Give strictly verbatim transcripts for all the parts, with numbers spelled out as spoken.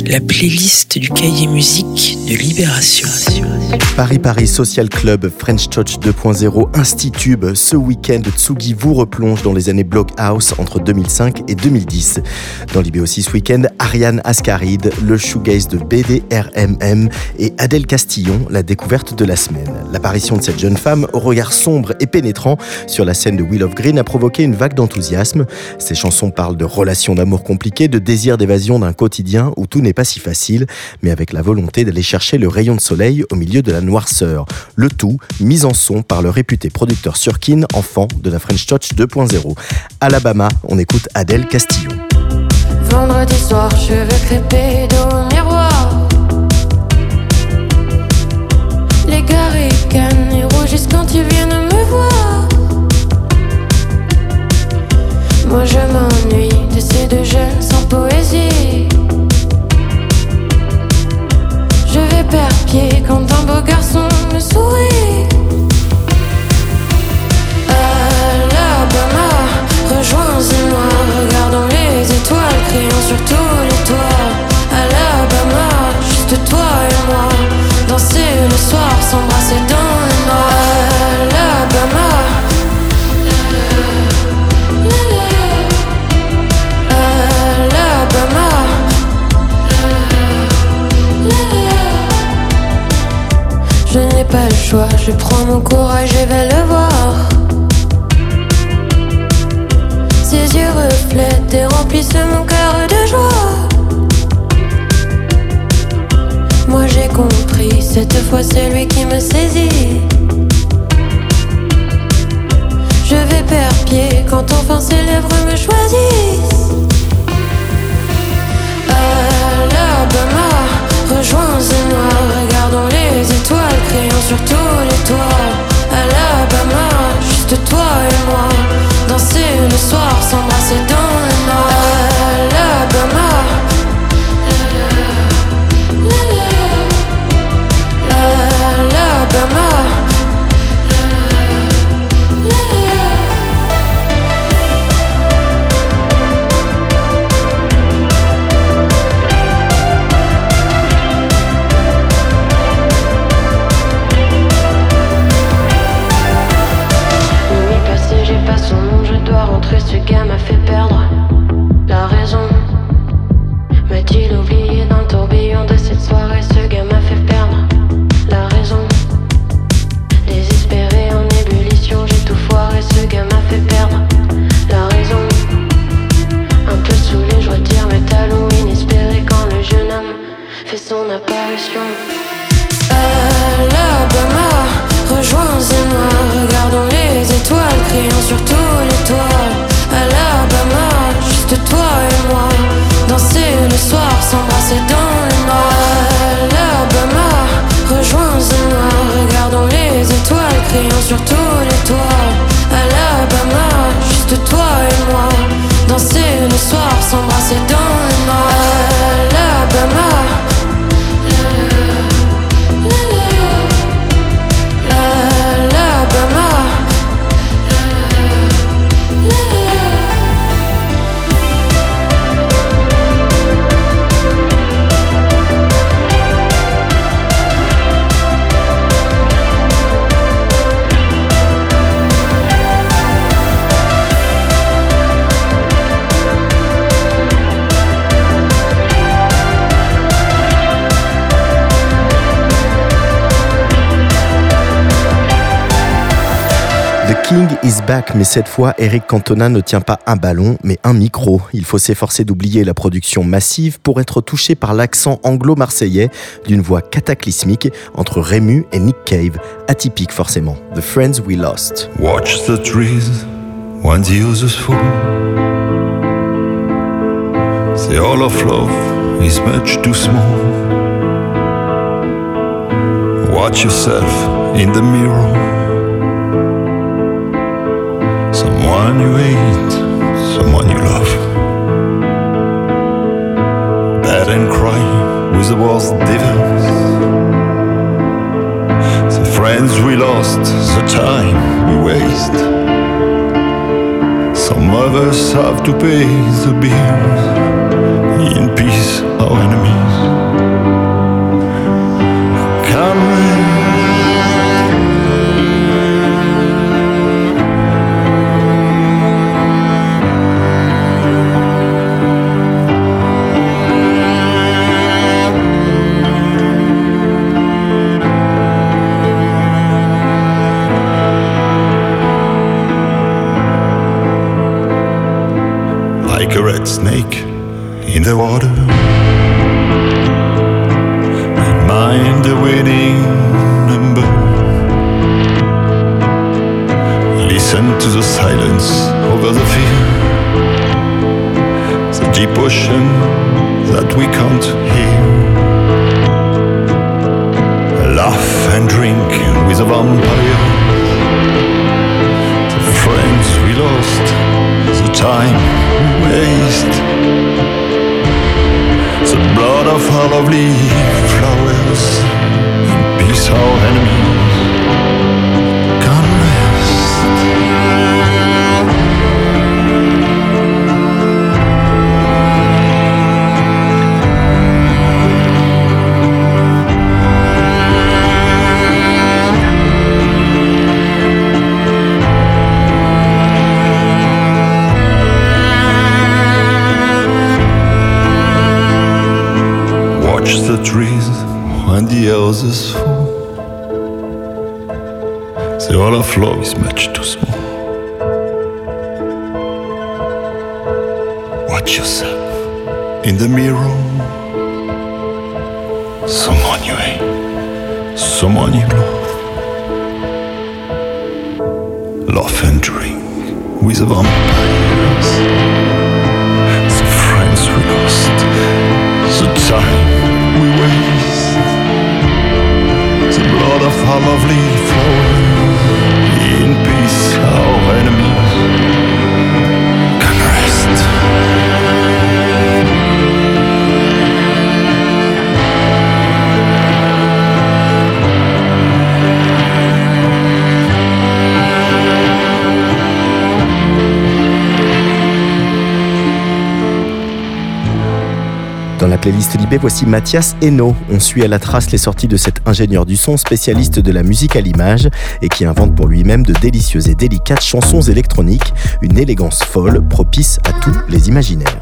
la playlist du cahier musique de Libération. Paris Paris Social Club, French Touch deux point zéro, Institube. Ce week-end, Tsugi vous replonge dans les années Blockhouse entre deux mille cinq et deux mille dix. Dans l'I B aussi ce week-end, Ariane Ascaride, le shoegaze de B D R M M et Adèle Castillon, la découverte de la semaine. L'apparition de cette jeune femme au regard sombre et pénétrant sur la scène de Wheel of Green a provoqué une vague d'enthousiasme. Ses chansons parlent de relations d'amour compliquées, de désir d'évasion d'un quotidien où tout n'est pas si facile, mais avec la volonté d'aller chercher le rayon de soleil au milieu de la noirceur. Le tout mis en son par le réputé producteur Surkin, enfant de la French Touch deux point zéro. Alabama, on écoute Adèle Castillon. Vendredi soir, cheveux crêpés dos au miroir. Les gars ricanent et rougissent quand ils viennent me voir. Moi je m'ennuie de ces deux jeunes sans poésie. Je vais perdre pied quand un beau garçon me sourit. Alabama, rejoins-moi, regardons les étoiles, crions sur tous les toits. Alabama, juste toi et moi, danser le soir, s'embrasser dans le noir. Alabama, Alabama, je n'ai pas le choix, je prends mon courage et vais le voir. Ses yeux reflètent et remplissent mon cœur de joie. Moi j'ai compris, cette fois c'est lui qui me saisit. Je vais perdre pied quand enfin ses lèvres me choisissent. Alabama, rejoins-moi, regardons les étoiles, crions sur tous les toits. Alabama, juste toi et moi, danser le soir, s'embrasser dans le noir. Alabama, Alabama, ce gars m'a fait perdre la raison. M'a-t-il oublié dans le tourbillon de cette soirée? Ce gars m'a fait perdre la raison. Désespéré en ébullition, j'ai tout foiré. Ce gars m'a fait perdre la raison. Un peu saoulé, je retire mes talons inespérés quand le jeune homme fait son apparition. Alabama, rejoins-moi, regardons les étoiles, crions sur tous les toits. Alabama, juste toi et moi, danser le soir, s'embrasser dans le noir. Alabama, rejoins-moi, regardons les étoiles, crions sur tous les toits. Alabama, juste toi et moi, danser le soir, s'embrasser dans le noir. Alabama, The King is back, mais cette fois, Eric Cantona ne tient pas un ballon, mais un micro. Il faut s'efforcer d'oublier la production massive pour être touché par l'accent anglo-marseillais d'une voix cataclysmique entre Rému et Nick Cave, atypique forcément. The Friends We Lost. Watch the trees when the others fall. Say all of love is much too small. Watch yourself in the mirror. Someone you hate, someone you love. Bad and cry with the worst devils. The friends we lost, the time we waste. Some of us have to pay the bills. In peace, our enemies. the water. Mind the winning number. Listen to the silence over the field, the deep ocean that we can't hear. Laugh and drink with the vampire, the friends we lost, the time we waste, the blood of our lovely flowers, and peace our enemies can rest. Watch the trees when the houses fall. The wall of love is much too small. Watch yourself in the mirror. Someone you hate, someone you love. Laugh and drink with the vampires, the friends we lost, the time we waste, the blood of our lovely flowers. In peace our enemies can rest. Dans la playlist Libé, voici Mathias Hainaut. On suit à la trace les sorties de cet ingénieur du son spécialiste de la musique à l'image et qui invente pour lui-même de délicieuses et délicates chansons électroniques, une élégance folle propice à tous les imaginaires.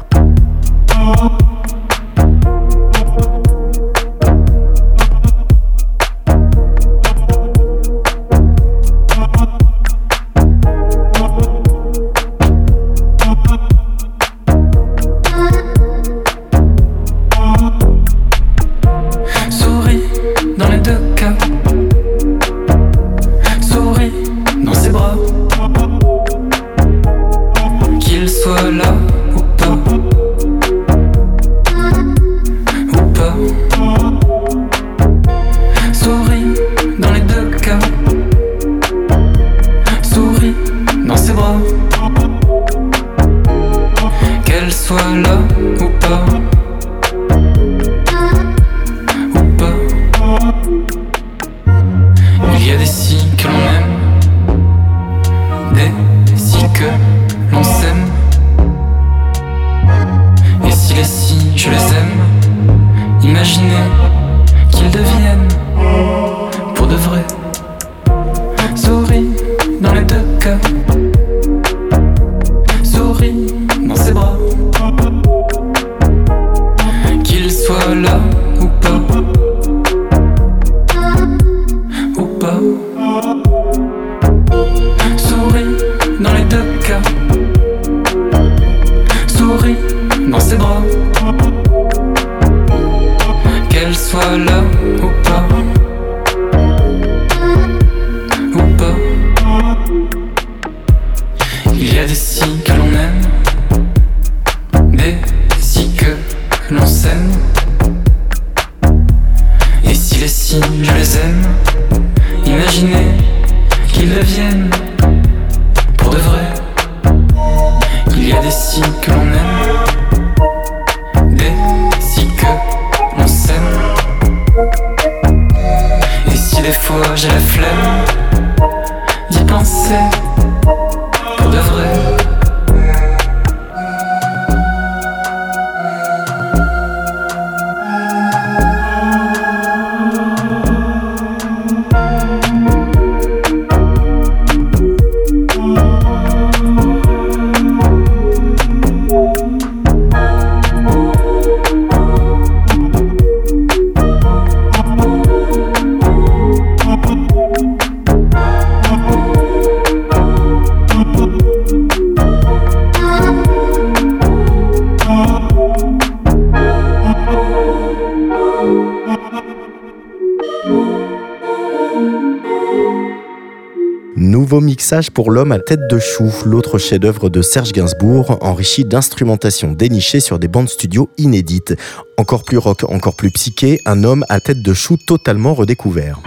nouveau mixage pour L'homme à tête de chou, l'autre chef-d'œuvre de Serge Gainsbourg, enrichi d'instrumentation dénichée sur des bandes studio inédites. Encore plus rock, encore plus psyché, un homme à tête de chou totalement redécouvert.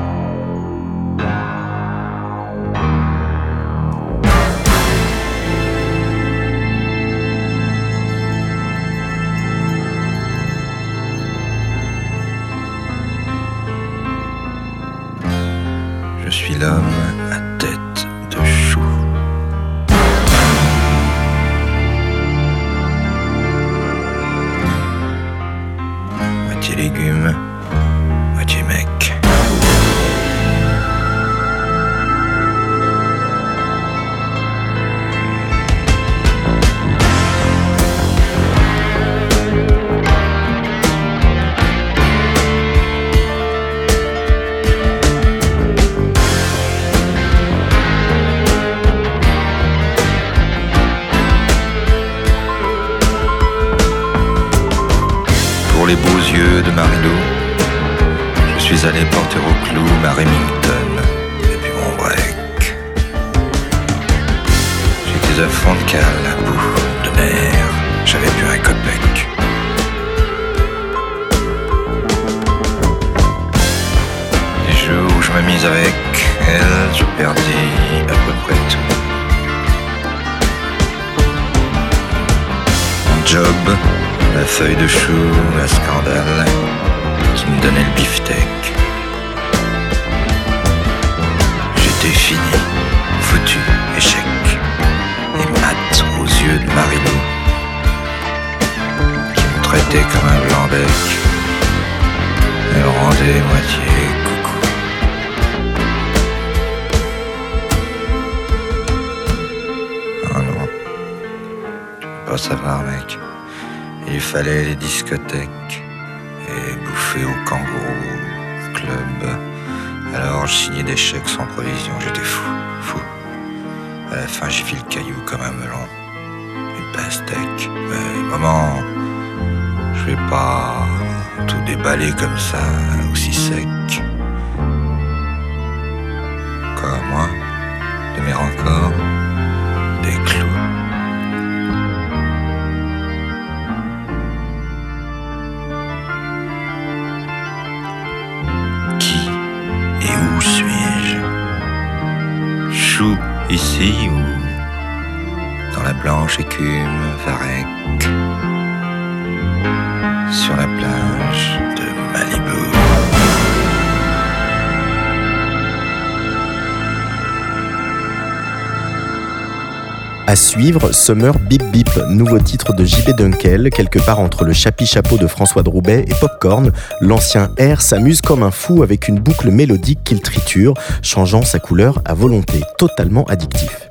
Je suis l'homme à tête de chou. Moitié légumes, moitié mec. Pour les beaux yeux de Marilou, je suis allé porter au clou ma Remington et puis mon break. J'étais à fond de cale, à bout de mer, j'avais plus un copec. Les jours où je me mise avec elle, je perdis à peu près tout. Mon job, la feuille de chou, un scandale qui me donnait le beefsteak. J'étais fini, foutu, échec, et mat aux yeux de Marilou, qui me traitait comme un blanc-bec. Elle me rendait moitié coucou. Oh non, tu peux pas savoir, mec. Il fallait les discothèques et bouffer au kangourou club. Alors je signais des chèques sans provision, j'étais fou, fou. À la fin j'ai fait le caillou comme un melon, une pastèque. Mais maman, je vais pas tout déballer comme ça, aussi sec. Quoi, moi, de mes rencords, des clous. Chou ici ou dans la blanche écume varech sur la plage de Malibu. À suivre, Summer Bip Bip, nouveau titre de J B Dunkel, quelque part entre le Chapi-Chapeau de François de Roubaix et Popcorn. L'ancien R s'amuse comme un fou avec une boucle mélodique qu'il triture, changeant sa couleur à volonté, totalement addictif.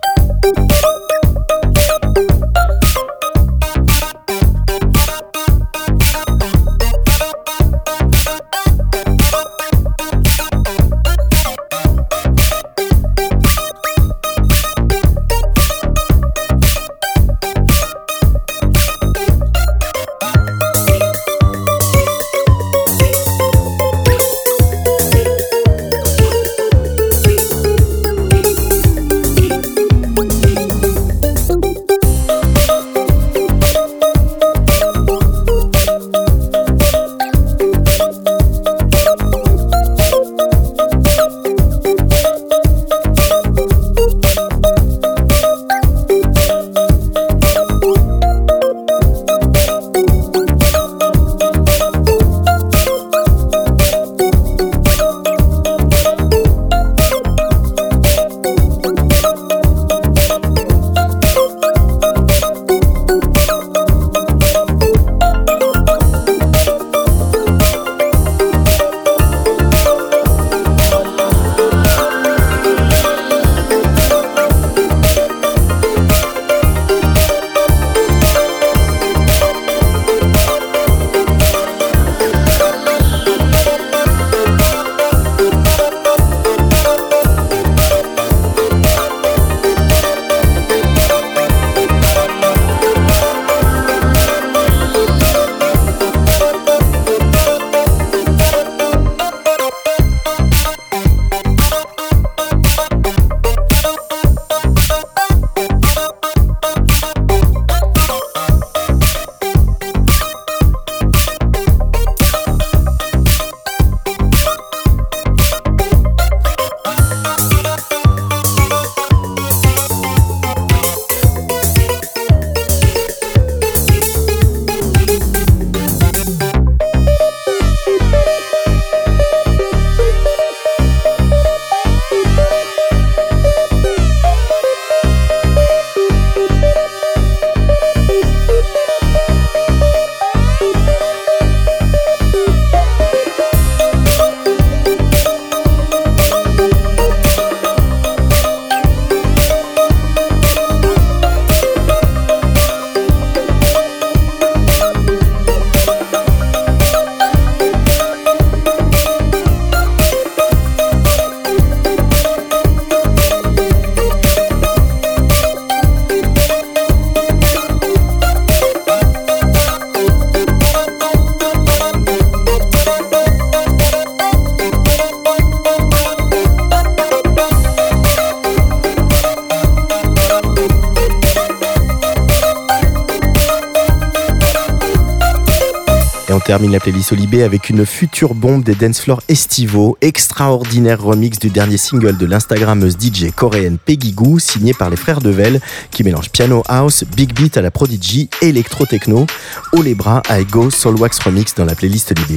termine la playlist Olibé avec une future bombe des dance floors estivaux, extraordinaire remix du dernier single de l'Instagrammeuse D J coréenne Peggy Goo, signé par les frères Devel, qui mélange piano house, big beat à la Prodigy, électro-techno. Haut les bras, I Go Soulwax remix dans la playlist Olibé.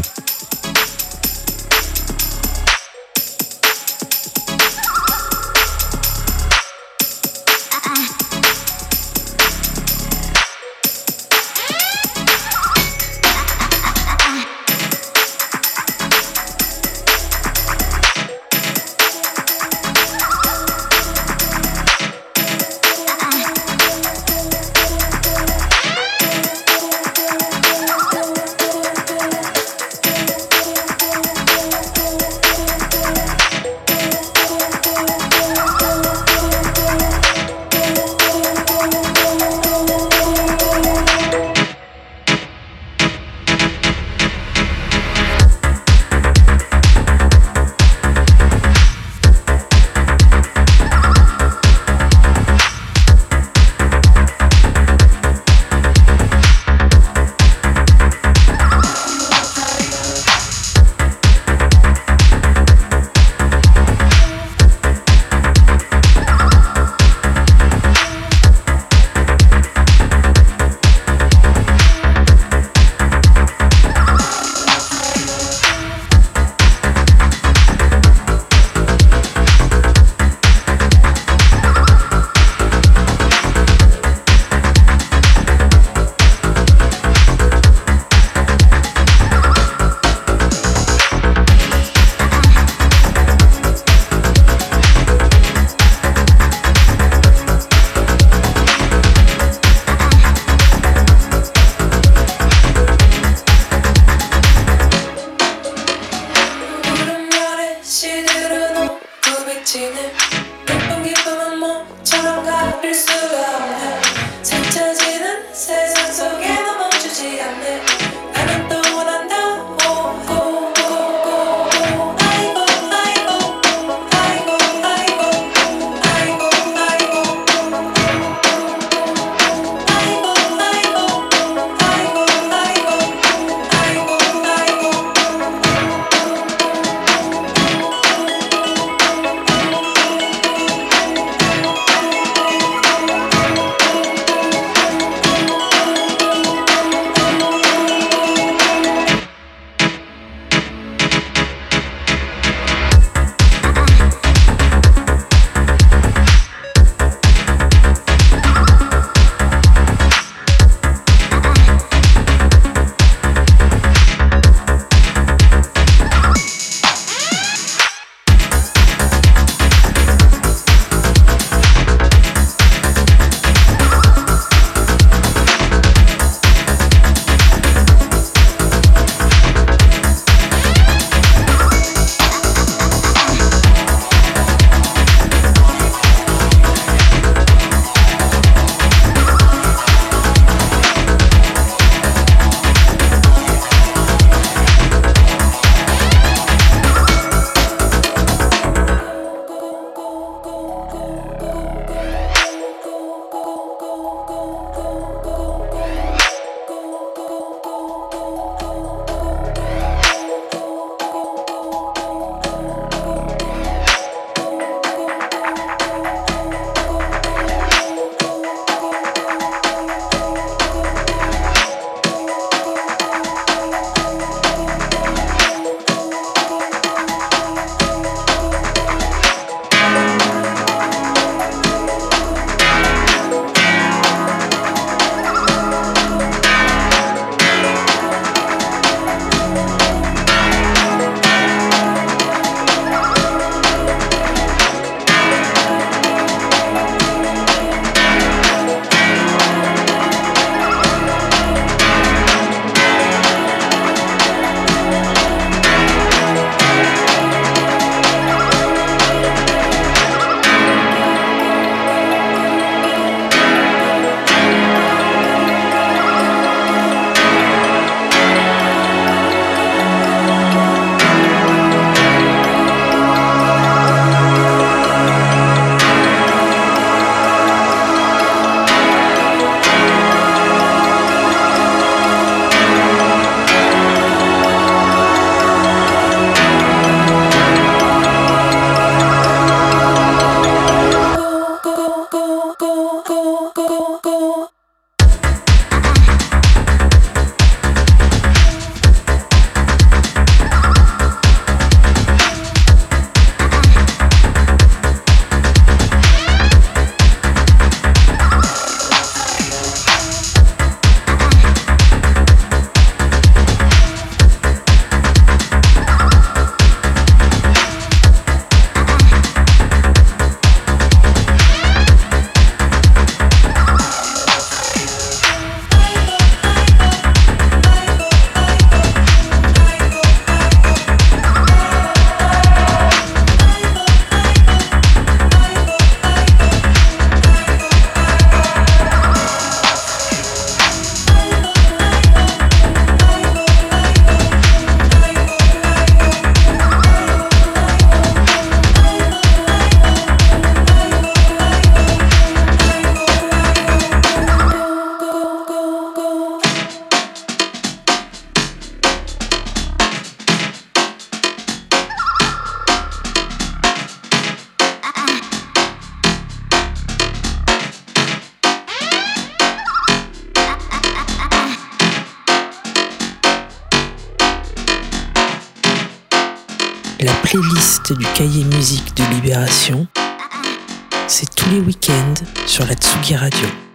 La playlist du cahier musique de Libération, c'est tous les week-ends sur la Tsugi Radio.